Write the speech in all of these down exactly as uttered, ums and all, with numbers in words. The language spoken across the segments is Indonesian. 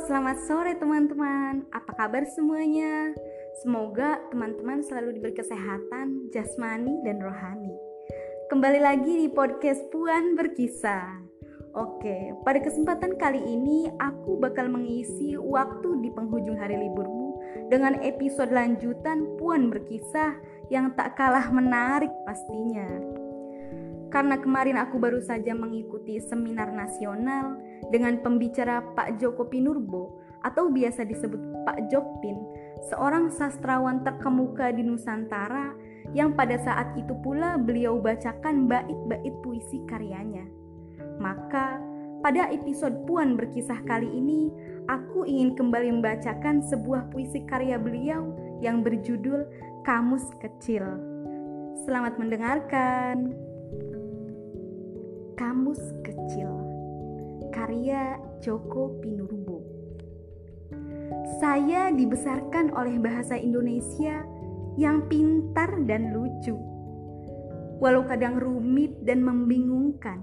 selamat sore teman-teman. Apa kabar semuanya? Semoga teman-teman selalu diberi kesehatan jasmani dan rohani. Kembali lagi di podcast Puan Berkisah. Oke, pada kesempatan kali ini aku bakal mengisi waktu di penghujung hari liburmu dengan episode lanjutan Puan Berkisah yang tak kalah menarik pastinya. Karena kemarin aku baru saja mengikuti seminar nasional dengan pembicara Pak Djoko Pinurbo atau biasa disebut Pak Jokpin, seorang sastrawan terkemuka di Nusantara yang pada saat itu pula beliau bacakan bait-bait puisi karyanya. Maka pada episode Puan Berkisah kali ini, aku ingin kembali membacakan sebuah puisi karya beliau yang berjudul Kamus Kecil. Selamat mendengarkan. Kamus Kecil, karya Djoko Pinurbo. Saya dibesarkan oleh bahasa Indonesia yang pintar dan lucu, walau kadang rumit dan membingungkan.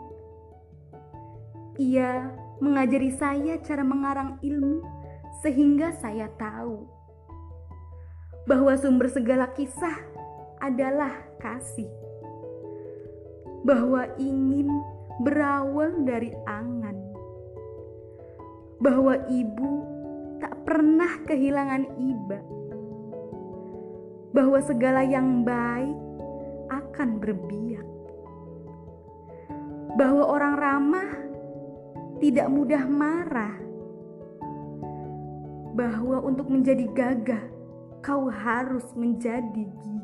Ia mengajari saya cara mengarang ilmu sehingga saya tahu bahwa sumber segala kisah adalah kasih, bahwa ingin berawal dari angan, bahwa ibu tak pernah kehilangan iba, bahwa segala yang baik akan berbiak, bahwa orang ramah tidak mudah marah, bahwa untuk menjadi gagah kau harus menjadi gigi,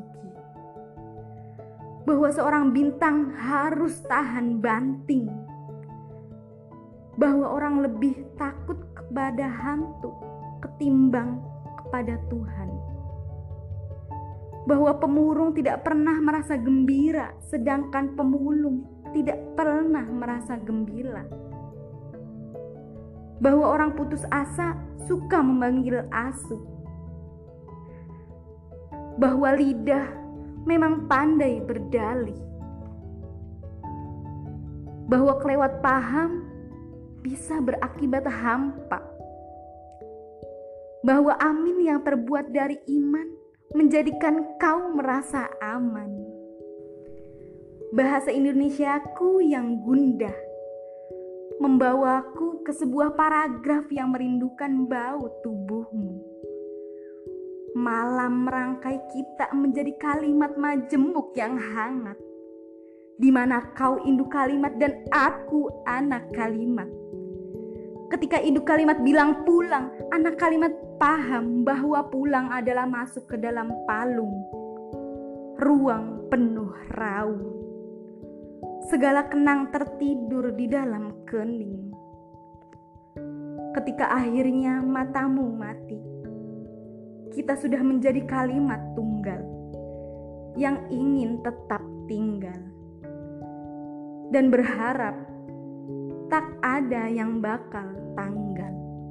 bahwa seorang bintang harus tahan banting, bahwa orang lebih takut kepada hantu ketimbang kepada Tuhan, bahwa pemurung tidak pernah merasa gembira sedangkan pemulung tidak pernah merasa gembira, bahwa orang putus asa suka memanggil asu, bahwa lidah memang pandai berdalih, bahwa kelewat paham bisa berakibat hampa, bahwa amin yang terbuat dari iman menjadikan kau merasa aman. Bahasa Indonesiaku yang gundah membawaku ke sebuah paragraf yang merindukan bau tubuhmu. Malam merangkai kita menjadi kalimat majemuk yang hangat, di mana kau induk kalimat dan aku anak kalimat. Ketika induk kalimat bilang pulang, anak kalimat paham bahwa pulang adalah masuk ke dalam palung, ruang penuh raung. Segala kenang tertidur di dalam kening. Ketika akhirnya matamu mati, kita sudah menjadi kalimat tunggal yang ingin tetap tinggal dan berharap tak ada yang bakal tanggal.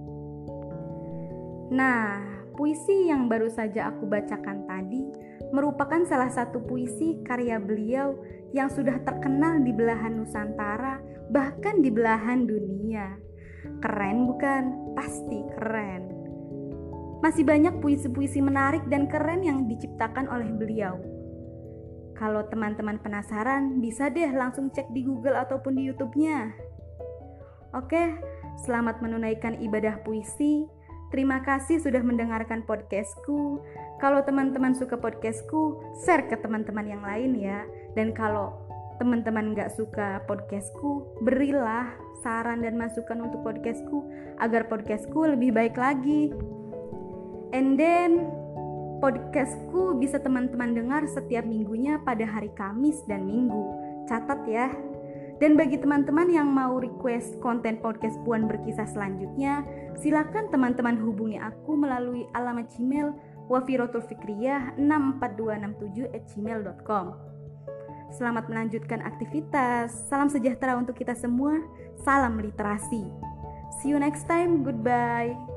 Nah, puisi yang baru saja aku bacakan tadi merupakan salah satu puisi karya beliau yang sudah terkenal di belahan Nusantara, bahkan di belahan dunia. Keren bukan? Pasti keren. Masih banyak puisi-puisi menarik dan keren yang diciptakan oleh beliau. Kalau teman-teman penasaran, bisa deh langsung cek di Google ataupun di YouTube-nya. Oke, selamat menunaikan ibadah puisi. Terima kasih sudah mendengarkan podcastku. Kalau teman-teman suka podcastku, share ke teman-teman yang lain ya. Dan kalau teman-teman gak suka podcastku, berilah saran dan masukan untuk podcastku agar podcastku lebih baik lagi. And then podcastku bisa teman-teman dengar setiap minggunya pada hari Kamis dan Minggu. Catat ya. Dan bagi teman-teman yang mau request konten podcast Puan Berkisah selanjutnya, silakan teman-teman hubungi aku melalui alamat Gmail wafirotulfikriyah enam empat dua enam tujuh at gmail dot com. Selamat melanjutkan aktivitas. Salam sejahtera untuk kita semua. Salam literasi. See you next time. Goodbye.